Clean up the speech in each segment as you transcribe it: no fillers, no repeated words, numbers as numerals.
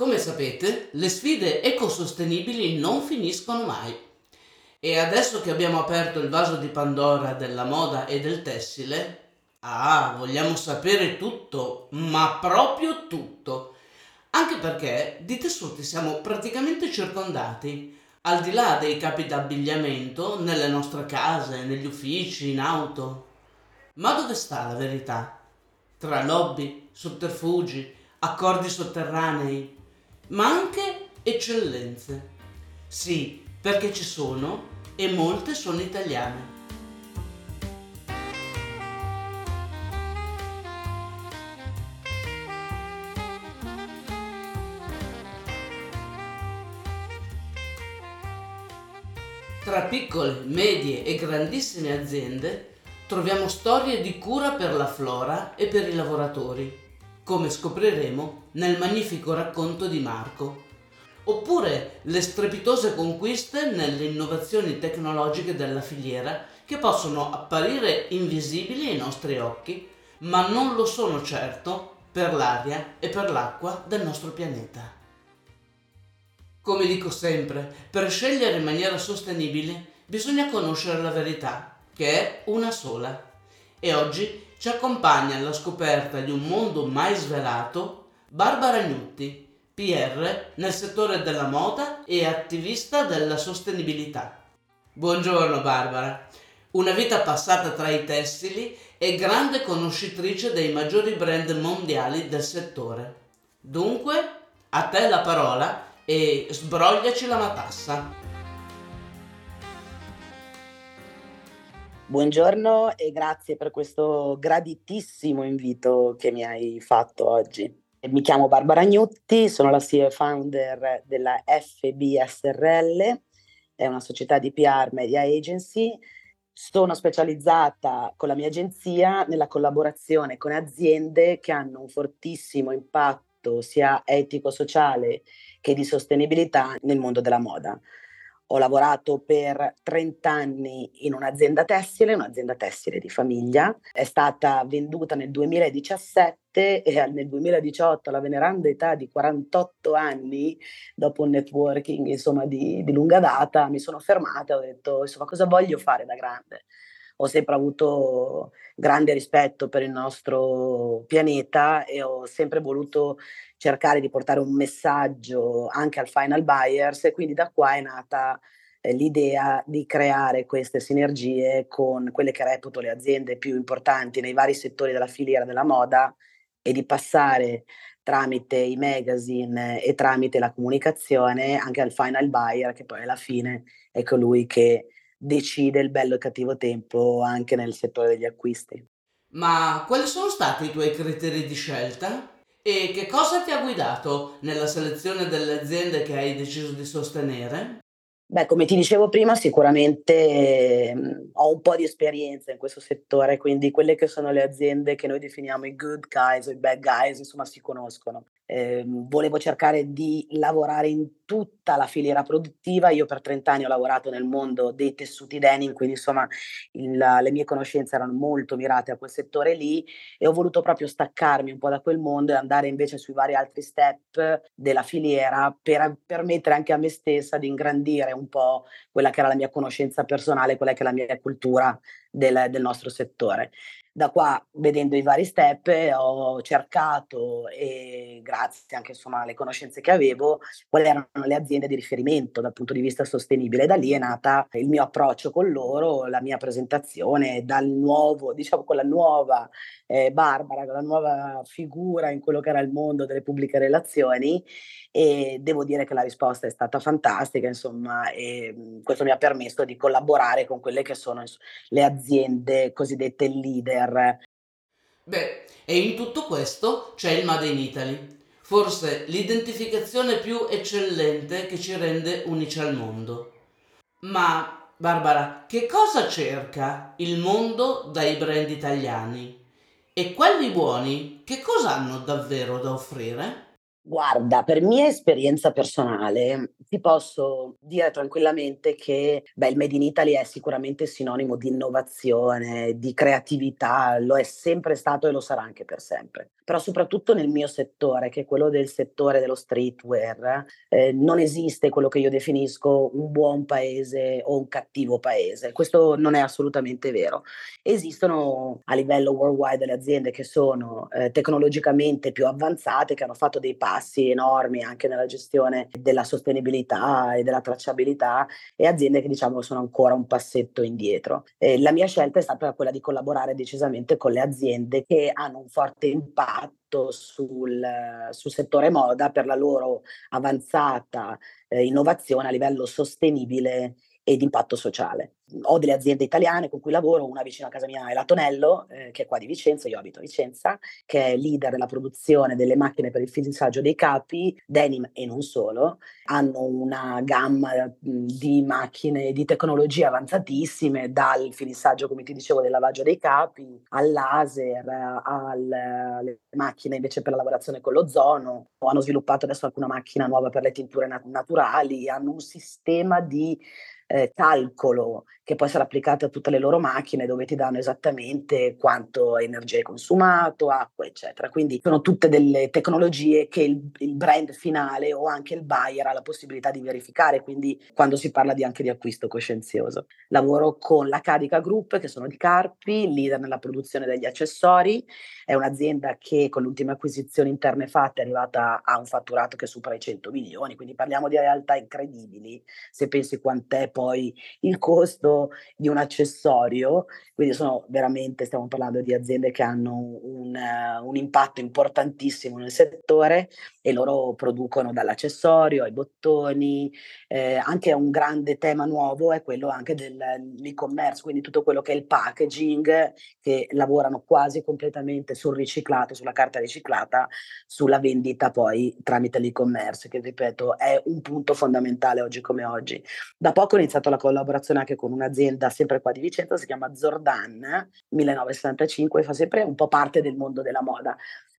Come sapete, le sfide ecosostenibili non finiscono mai. E adesso che abbiamo aperto il vaso di Pandora della moda e del tessile, vogliamo sapere tutto, ma proprio tutto. Anche perché di tessuti siamo praticamente circondati, al di là dei capi d'abbigliamento, nelle nostre case, negli uffici, in auto. Ma dove sta la verità? Tra lobby, sotterfugi, accordi sotterranei, ma anche eccellenze. Sì, perché ci sono e molte sono italiane. Tra piccole, medie e grandissime aziende troviamo storie di cura per la flora e per i lavoratori, come scopriremo nel magnifico racconto di Marco, oppure le strepitose conquiste nelle innovazioni tecnologiche della filiera che possono apparire invisibili ai nostri occhi, ma non lo sono certo per l'aria e per l'acqua del nostro pianeta. Come dico sempre, per scegliere in maniera sostenibile bisogna conoscere la verità, che è una sola. E oggi ci accompagna alla scoperta di un mondo mai svelato Barbara Gnutti, PR nel settore della moda e attivista della sostenibilità. Buongiorno Barbara, una vita passata tra i tessili e grande conoscitrice dei maggiori brand mondiali del settore. Dunque, a te la parola e sbrogliaci la matassa. Buongiorno e grazie per questo graditissimo invito che mi hai fatto oggi. Mi chiamo Barbara Gnutti, sono la CEO e founder della FB SRL, è una società di PR media agency. Sono specializzata con la mia agenzia nella collaborazione con aziende che hanno un fortissimo impatto sia etico-sociale che di sostenibilità nel mondo della moda. Ho lavorato per 30 anni in un'azienda tessile di famiglia. È stata venduta nel 2017 e nel 2018, alla veneranda età di 48 anni, dopo un networking insomma di lunga data, mi sono fermata e ho detto insomma cosa voglio fare da grande. Ho sempre avuto grande rispetto per il nostro pianeta e ho sempre voluto cercare di portare un messaggio anche al final buyers, e quindi da qua è nata l'idea di creare queste sinergie con quelle che reputo le aziende più importanti nei vari settori della filiera della moda e di passare tramite i magazine e tramite la comunicazione anche al final buyer, che poi alla fine è colui che decide il bello e cattivo tempo anche nel settore degli acquisti. Ma quali sono stati i tuoi criteri di scelta? E che cosa ti ha guidato nella selezione delle aziende che hai deciso di sostenere? Beh, come ti dicevo prima, sicuramente ho un po' di esperienza in questo settore, quindi quelle che sono le aziende che noi definiamo i good guys o i bad guys, insomma, si conoscono. Volevo cercare di lavorare in tutta la filiera produttiva. Io per 30 anni ho lavorato nel mondo dei tessuti denim, quindi insomma le mie conoscenze erano molto mirate a quel settore lì e ho voluto proprio staccarmi un po' da quel mondo e andare invece sui vari altri step della filiera per permettere anche a me stessa di ingrandire un po' quella che era la mia conoscenza personale, quella che è la mia cultura del nostro settore. Da qua, vedendo i vari step, ho cercato e grazie anche insomma alle conoscenze che avevo, quali erano le aziende di riferimento dal punto di vista sostenibile. Da lì è nata il mio approccio con loro, la mia presentazione dal nuovo, diciamo con la nuova Barbara, con la nuova figura in quello che era il mondo delle pubbliche relazioni, e devo dire che la risposta è stata fantastica, insomma, e questo mi ha permesso di collaborare con quelle che sono le aziende cosiddette leader. Beh, e in tutto questo c'è il Made in Italy, forse l'identificazione più eccellente che ci rende unici al mondo. Ma, Barbara, che cosa cerca il mondo dai brand italiani? E quelli buoni che cosa hanno davvero da offrire? Guarda, per mia esperienza personale, ti posso dire tranquillamente che, il Made in Italy è sicuramente sinonimo di innovazione, di creatività, lo è sempre stato e lo sarà anche per sempre. Però soprattutto nel mio settore, che è quello del settore dello streetwear, non esiste quello che io definisco un buon paese o un cattivo paese. Questo non è assolutamente vero. Esistono a livello worldwide delle aziende che sono, tecnologicamente più avanzate, che hanno fatto dei passi enormi anche nella gestione della sostenibilità e della tracciabilità, e aziende che diciamo sono ancora un passetto indietro. La mia scelta è stata quella di collaborare decisamente con le aziende che hanno un forte impatto sul settore moda per la loro avanzata, innovazione a livello sostenibile e di impatto sociale. Ho delle aziende italiane con cui lavoro, una vicino a casa mia è la Tonello, che è qua di Vicenza, io abito a Vicenza, che è leader nella produzione delle macchine per il finissaggio dei capi, denim e non solo. Hanno una gamma, di macchine di tecnologie avanzatissime, dal finissaggio, come ti dicevo, del lavaggio dei capi, al laser, alle macchine invece per la lavorazione con l'ozono. Hanno sviluppato adesso anche una macchina nuova per le tinture naturali, hanno un sistema di calcolo che può essere applicato a tutte le loro macchine, dove ti danno esattamente quanto energia hai consumato, acqua, eccetera. Quindi sono tutte delle tecnologie che il brand finale o anche il buyer ha la possibilità di verificare, quindi quando si parla anche di acquisto coscienzioso. Lavoro con la Cadica Group, che sono di Carpi, leader nella produzione degli accessori. È un'azienda che con le ultime acquisizioni interne fatte è arrivata a un fatturato che supera i 100 milioni, quindi parliamo di realtà incredibili se pensi quant'è poi il costo di un accessorio. Quindi sono veramente, stiamo parlando di aziende che hanno un impatto importantissimo nel settore, e loro producono dall'accessorio ai bottoni. Anche un grande tema nuovo è quello anche dell'e-commerce, quindi tutto quello che è il packaging, che lavorano quasi completamente sul riciclato, sulla carta riciclata, sulla vendita poi tramite l'e-commerce, che ripeto è un punto fondamentale oggi come oggi. Da poco ho iniziato la collaborazione anche con un'azienda sempre qua di Vicenza, si chiama Zordan 1965, fa sempre un po' parte del mondo della moda,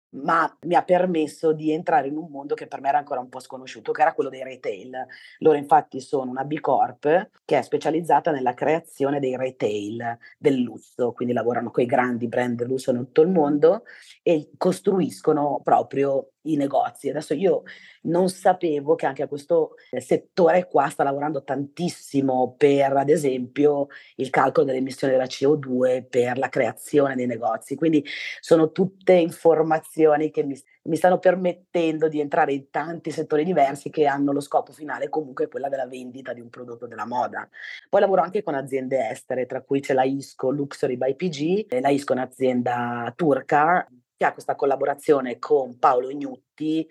ma mi ha permesso di entrare in un mondo che per me era ancora un po' sconosciuto, che era quello dei retail. Loro infatti sono una B Corp che è specializzata nella creazione dei retail del lusso, quindi lavorano coi grandi brand del lusso in tutto il mondo e costruiscono proprio i negozi. Adesso io non sapevo che anche a questo settore qua sta lavorando tantissimo per, ad esempio, il calcolo delle emissioni della CO2 per la creazione dei negozi. Quindi sono tutte informazioni che mi stanno permettendo di entrare in tanti settori diversi che hanno lo scopo finale comunque quella della vendita di un prodotto della moda. Poi lavoro anche con aziende estere, tra cui c'è la Isco Luxury by PG. La Isco è un'azienda turca che ha questa collaborazione con Paolo Ignutti,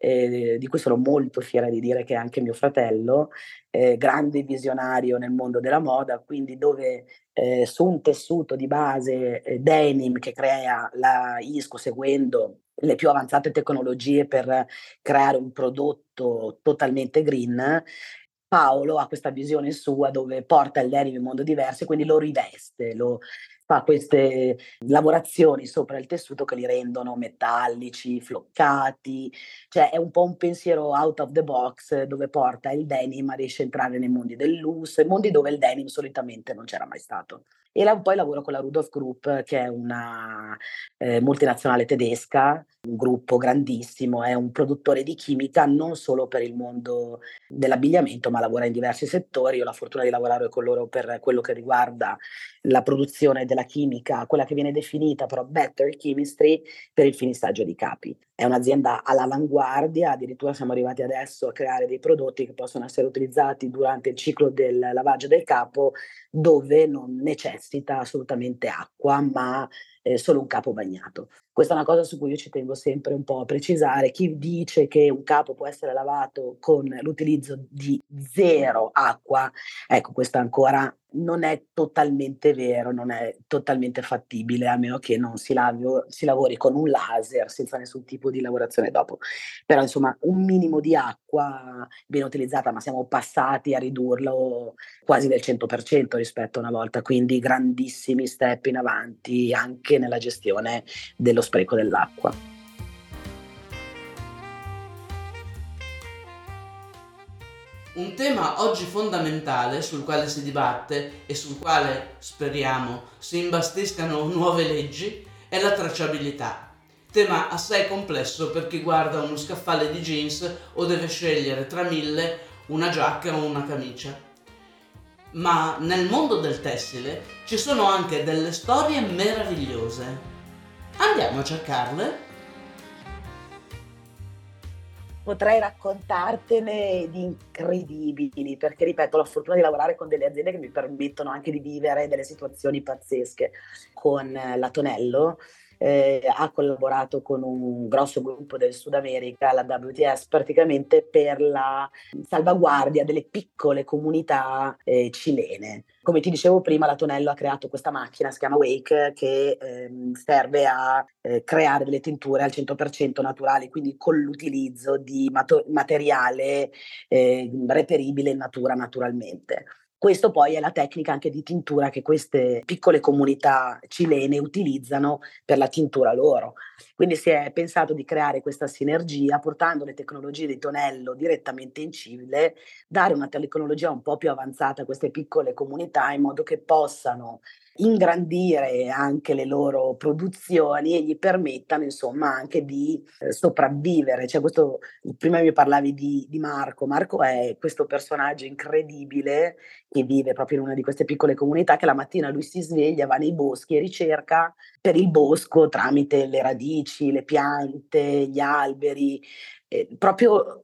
di cui sono molto fiera di dire che è anche mio fratello, grande visionario nel mondo della moda, quindi dove su un tessuto di base denim che crea la Isco seguendo le più avanzate tecnologie per creare un prodotto totalmente green. Paolo ha questa visione sua dove porta il denim in mondo diverso e quindi lo riveste, fa queste lavorazioni sopra il tessuto che li rendono metallici, floccati, cioè è un po' un pensiero out of the box dove porta il denim a riesce a entrare nei mondi del lusso, i mondi dove il denim solitamente non c'era mai stato. E poi lavoro con la Rudolph Group, che è una multinazionale tedesca, un gruppo grandissimo, è un produttore di chimica non solo per il mondo dell'abbigliamento, ma lavora in diversi settori. Io ho la fortuna di lavorare con loro per quello che riguarda la produzione della chimica, quella che viene definita però better chemistry, per il finissaggio di capi. È un'azienda all'avanguardia, addirittura siamo arrivati adesso a creare dei prodotti che possono essere utilizzati durante il ciclo del lavaggio del capo, dove non necessita assolutamente acqua, ma solo un capo bagnato. Questa è una cosa su cui io ci tengo sempre un po' a precisare. Chi dice che un capo può essere lavato con l'utilizzo di 0 acqua, ecco, questo ancora non è totalmente vero, non è totalmente fattibile, a meno che non si lavori con un laser senza nessun tipo di lavorazione dopo. Però insomma un minimo di acqua viene utilizzata, ma siamo passati a ridurlo quasi del 100% rispetto a una volta, quindi grandissimi step in avanti anche nella gestione dello spreco dell'acqua. Un tema oggi fondamentale sul quale si dibatte e sul quale, speriamo, si imbastiscano nuove leggi è la tracciabilità. Tema assai complesso per chi guarda uno scaffale di jeans o deve scegliere tra mille una giacca o una camicia. Ma nel mondo del tessile ci sono anche delle storie meravigliose. Andiamo a cercarle? Potrei raccontartene di incredibili, perché ripeto, ho la fortuna di lavorare con delle aziende che mi permettono anche di vivere delle situazioni pazzesche. Con la Tonello ha collaborato con un grosso gruppo del Sud America, la WTS, praticamente per la salvaguardia delle piccole comunità cilene. Come ti dicevo prima, la Tonello ha creato questa macchina, si chiama Wake, che serve a creare delle tinture al 100% naturali, quindi con l'utilizzo di materiale reperibile in natura naturalmente. Questo poi è la tecnica anche di tintura che queste piccole comunità cilene utilizzano per la tintura loro. Quindi si è pensato di creare questa sinergia portando le tecnologie di Tonello direttamente in Cile, dare una tecnologia un po' più avanzata a queste piccole comunità in modo che possano ingrandire anche le loro produzioni e gli permettano insomma anche di sopravvivere. Cioè questo, prima mi parlavi di Marco. Marco è questo personaggio incredibile che vive proprio in una di queste piccole comunità, che la mattina lui si sveglia, va nei boschi e ricerca per il bosco tramite le radici, le piante, gli alberi, proprio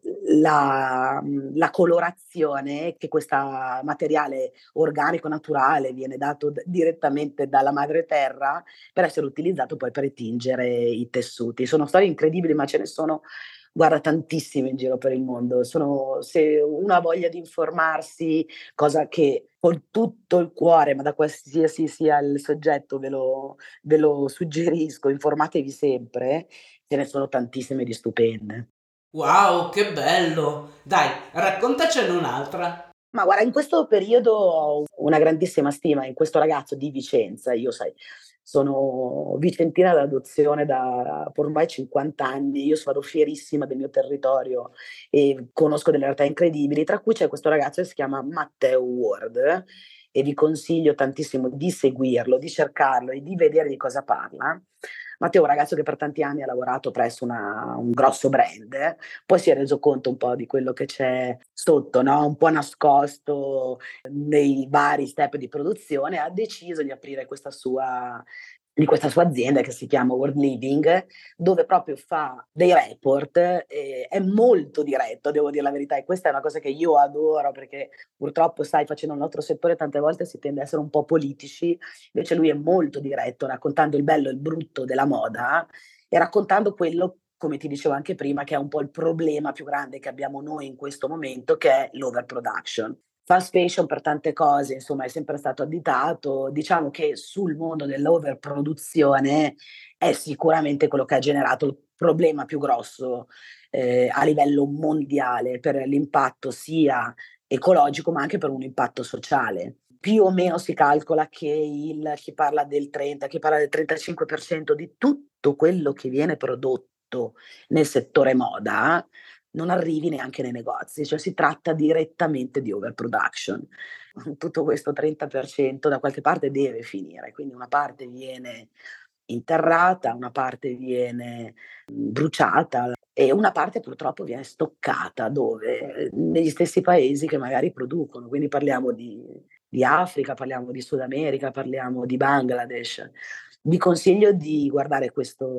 la colorazione che questo materiale organico naturale viene dato direttamente dalla madre terra per essere utilizzato poi per tingere i tessuti. Sono storie incredibili, ma ce ne sono, guarda, tantissime in giro per il mondo. Se uno ha voglia di informarsi, cosa che con tutto il cuore, ma da qualsiasi sia il soggetto, ve lo suggerisco, informatevi sempre, ce ne sono tantissime di stupende. Wow, che bello! Dai, raccontacene un'altra. Ma guarda, in questo periodo ho una grandissima stima in questo ragazzo di Vicenza. Io, sai, sono vicentina d'adozione da ormai 50 anni. Io vado fierissima del mio territorio e conosco delle realtà incredibili, tra cui c'è questo ragazzo che si chiama Matteo Ward e vi consiglio tantissimo di seguirlo, di cercarlo e di vedere di cosa parla. Matteo è un ragazzo che per tanti anni ha lavorato presso un grosso brand, poi si è reso conto un po' di quello che c'è sotto, no? Un po' nascosto nei vari step di produzione, ha deciso di aprire di questa sua azienda che si chiama World Living, dove proprio fa dei report, è molto diretto, devo dire la verità, e questa è una cosa che io adoro perché purtroppo, sai, facendo il nostro settore tante volte si tende a essere un po' politici, invece lui è molto diretto, raccontando il bello e il brutto della moda e raccontando quello, come ti dicevo anche prima, che è un po' il problema più grande che abbiamo noi in questo momento, che è l'overproduction. Fast fashion per tante cose, insomma, è sempre stato additato. Diciamo che sul mondo dell'overproduzione è sicuramente quello che ha generato il problema più grosso a livello mondiale per l'impatto sia ecologico ma anche per un impatto sociale. Più o meno si calcola che chi parla del 30, chi parla del 35% di tutto quello che viene prodotto nel settore moda non arrivi neanche nei negozi, cioè si tratta direttamente di overproduction. Tutto questo 30% da qualche parte deve finire, quindi una parte viene interrata, una parte viene bruciata e una parte purtroppo viene stoccata dove? Negli stessi paesi che magari producono, quindi parliamo di Africa, parliamo di Sud America, parliamo di Bangladesh. Vi consiglio di guardare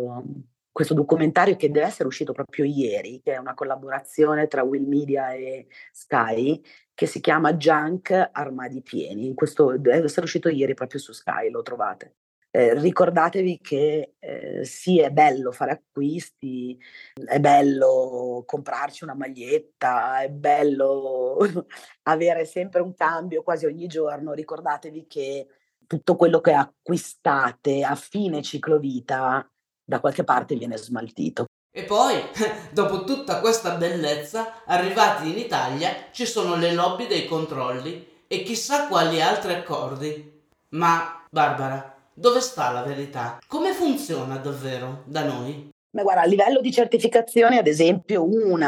questo documentario che deve essere uscito proprio ieri, che è una collaborazione tra Will Media e Sky, che si chiama Junk Armadi Pieni. Questo deve essere uscito ieri proprio su Sky, lo trovate. Ricordatevi che sì, è bello fare acquisti, è bello comprarci una maglietta, è bello avere sempre un cambio quasi ogni giorno. Ricordatevi che tutto quello che acquistate a fine ciclo vita da qualche parte viene smaltito. E poi, dopo tutta questa bellezza, arrivati in Italia ci sono le lobby dei controlli e chissà quali altri accordi. Ma, Barbara, dove sta la verità? Come funziona davvero da noi? Ma guarda, a livello di certificazione, ad esempio, una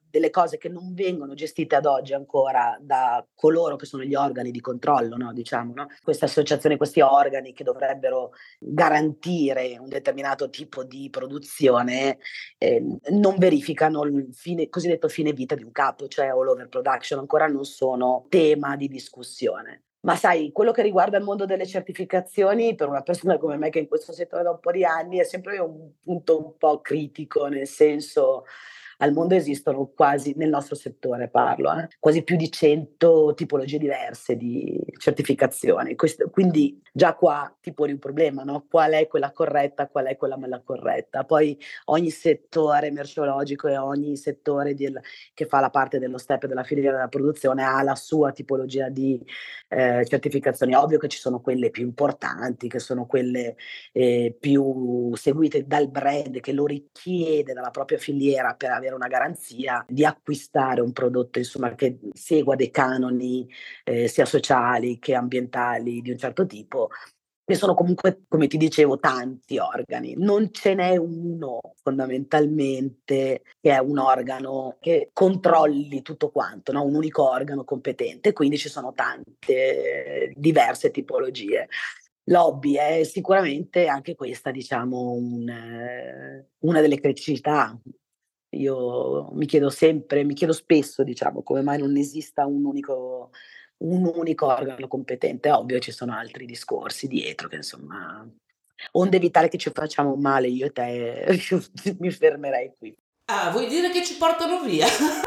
delle cose che non vengono gestite ad oggi ancora da coloro che sono gli organi di controllo, no? Diciamo, no? Queste associazioni, questi organi che dovrebbero garantire un determinato tipo di produzione, non verificano il cosiddetto fine vita di un capo, cioè all over production, ancora non sono tema di discussione. Ma sai, quello che riguarda il mondo delle certificazioni, per una persona come me che è in questo settore da un po' di anni, è sempre un punto un po' critico, nel senso, al mondo esistono quasi, nel nostro settore parlo, quasi più di 100 tipologie diverse di certificazioni. Quindi già qua ti poni un problema, no? Qual è quella corretta, qual è quella meno corretta? Poi ogni settore merceologico e ogni settore che fa la parte dello step della filiera della produzione ha la sua tipologia di certificazioni. Ovvio che ci sono quelle più importanti, che sono quelle più seguite dal brand che lo richiede dalla propria filiera per avere una garanzia di acquistare un prodotto, insomma, che segua dei canoni sia sociali che ambientali di un certo tipo. Ne sono comunque, come ti dicevo, tanti organi. Non ce n'è uno fondamentalmente che è un organo che controlli tutto quanto, no? Un unico organo competente, quindi ci sono tante diverse tipologie. L'hobby è sicuramente anche questa, diciamo, una delle criticità. Io mi chiedo spesso, diciamo, come mai non esista un unico organo competente. Ovvio, ci sono altri discorsi dietro che insomma, onde evitare che ci facciamo male io e te, mi fermerei qui. Ah, vuoi dire che ci portano via?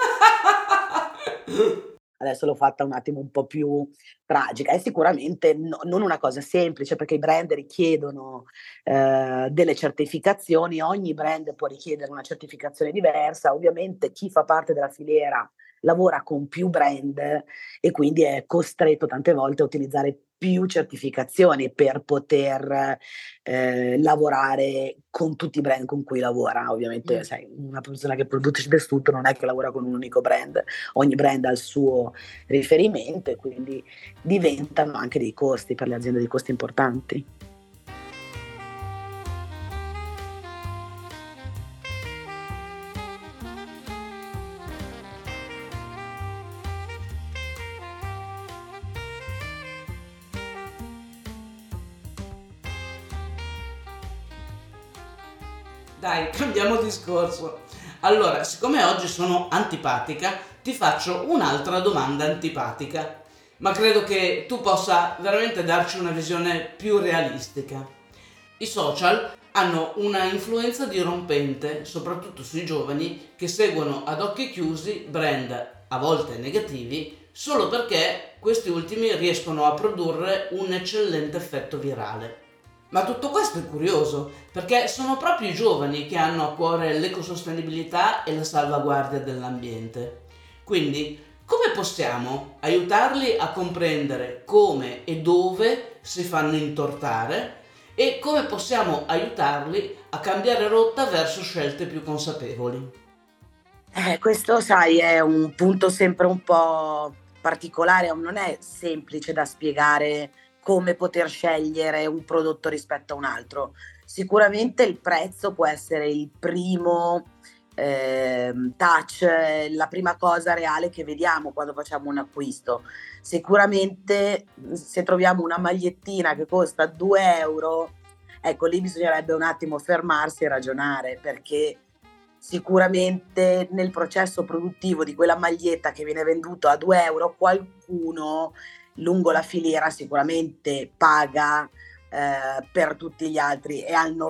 Adesso l'ho fatta un attimo un po' più tragica. È sicuramente non una cosa semplice, perché i brand richiedono delle certificazioni, ogni brand può richiedere una certificazione diversa. Ovviamente chi fa parte della filiera lavora con più brand e quindi è costretto tante volte a utilizzare più certificazioni per poter lavorare con tutti i brand con cui lavora. Ovviamente, sai, una persona che produce tessuto non è che lavora con un unico brand, ogni brand ha il suo riferimento e quindi diventano anche dei costi per le aziende, dei costi importanti. Dai, cambiamo discorso. Allora, siccome oggi sono antipatica, ti faccio un'altra domanda antipatica, ma credo che tu possa veramente darci una visione più realistica. I social hanno una influenza dirompente, soprattutto sui giovani che seguono ad occhi chiusi brand a volte negativi solo perché questi ultimi riescono a produrre un eccellente effetto virale. Ma tutto questo è curioso, perché sono proprio i giovani che hanno a cuore l'ecosostenibilità e la salvaguardia dell'ambiente. Quindi, come possiamo aiutarli a comprendere come e dove si fanno intortare e come possiamo aiutarli a cambiare rotta verso scelte più consapevoli? Questo sai è un punto sempre un po' particolare, non è semplice da spiegare come poter scegliere un prodotto rispetto a un altro. Sicuramente il prezzo può essere il primo touch, la prima cosa reale che vediamo quando facciamo un acquisto. Sicuramente se troviamo una magliettina che costa 2 euro, ecco lì bisognerebbe un attimo fermarsi e ragionare, perché sicuramente nel processo produttivo di quella maglietta che viene venduta a 2 euro, qualcuno lungo la filiera sicuramente paga per tutti gli altri, e al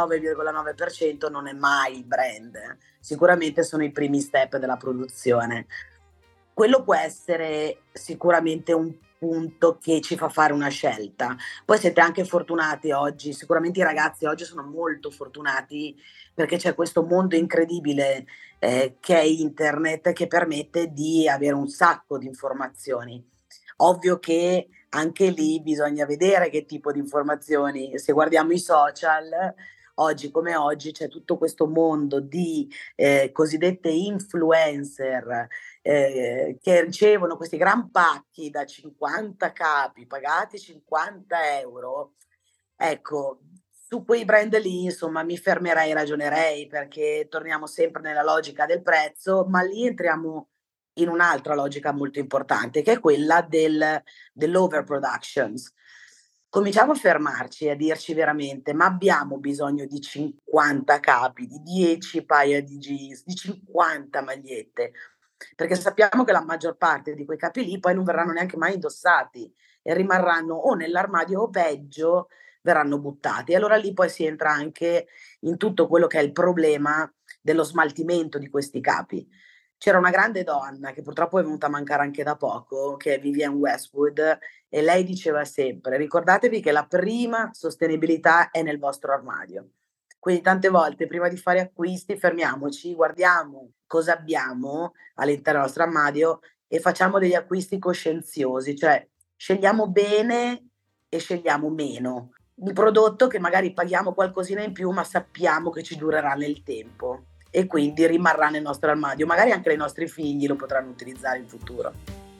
99,9% non è mai il brand, sicuramente sono i primi step della produzione. Quello può essere sicuramente un punto che ci fa fare una scelta. Poi siete anche fortunati oggi, sicuramente i ragazzi oggi sono molto fortunati, perché c'è questo mondo incredibile che è internet, che permette di avere un sacco di informazioni. Ovvio che anche lì bisogna vedere che tipo di informazioni. Se guardiamo i social, oggi come oggi c'è tutto questo mondo di cosiddette influencer che ricevono questi gran pacchi da 50 capi pagati 50 euro. Ecco, Su quei brand lì, insomma, mi fermerei e ragionerei, perché torniamo sempre nella logica del prezzo, ma lì entriamo in un'altra logica molto importante, che è quella dell'overproductions. Cominciamo a fermarci e a dirci veramente: ma abbiamo bisogno di 50 capi, di 10 paia di jeans, di 50 magliette? Perché sappiamo che la maggior parte di quei capi lì poi non verranno neanche mai indossati e rimarranno o nell'armadio o peggio verranno buttati. E allora lì poi si entra anche in tutto quello che è il problema dello smaltimento di questi capi. C'era una grande donna, che purtroppo è venuta a mancare anche da poco, che è Vivienne Westwood, e lei diceva sempre: "Ricordatevi che la prima sostenibilità è nel vostro armadio". Quindi tante volte prima di fare acquisti fermiamoci, guardiamo cosa abbiamo all'interno del nostro armadio e facciamo degli acquisti coscienziosi, cioè scegliamo bene e scegliamo meno. Un prodotto che magari paghiamo qualcosina in più, ma sappiamo che ci durerà nel tempo e quindi rimarrà nel nostro armadio. Magari anche i nostri figli lo potranno utilizzare in futuro.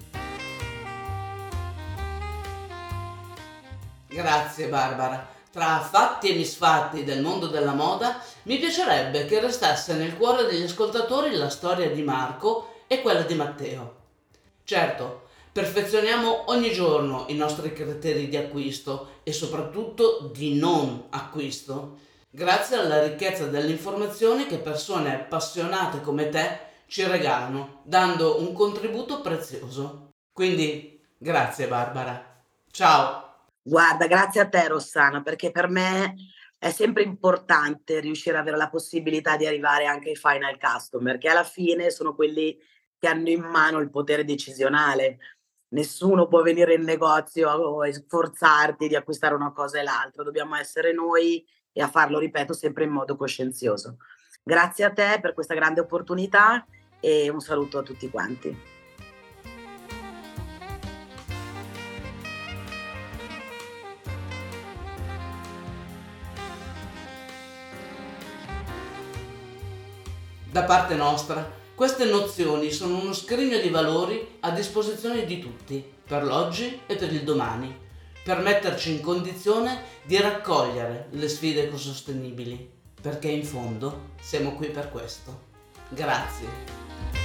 Grazie Barbara. Tra fatti e misfatti del mondo della moda, mi piacerebbe che restasse nel cuore degli ascoltatori la storia di Marco e quella di Matteo. Certo, perfezioniamo ogni giorno i nostri criteri di acquisto e soprattutto di non acquisto, grazie alla ricchezza delle informazioni che persone appassionate come te ci regalano, dando un contributo prezioso. Quindi, grazie Barbara. Ciao! Guarda, grazie a te Rossana, perché per me è sempre importante riuscire ad avere la possibilità di arrivare anche ai final customer, che alla fine sono quelli che hanno in mano il potere decisionale. Nessuno può venire in negozio e sforzarti di acquistare una cosa e l'altra, dobbiamo essere noi e a farlo, ripeto, sempre in modo coscienzioso. Grazie a te per questa grande opportunità e un saluto a tutti quanti. Da parte nostra, queste nozioni sono uno scrigno di valori a disposizione di tutti, per l'oggi e per il domani, per metterci in condizione di raccogliere le sfide ecosostenibili, perché in fondo siamo qui per questo. Grazie.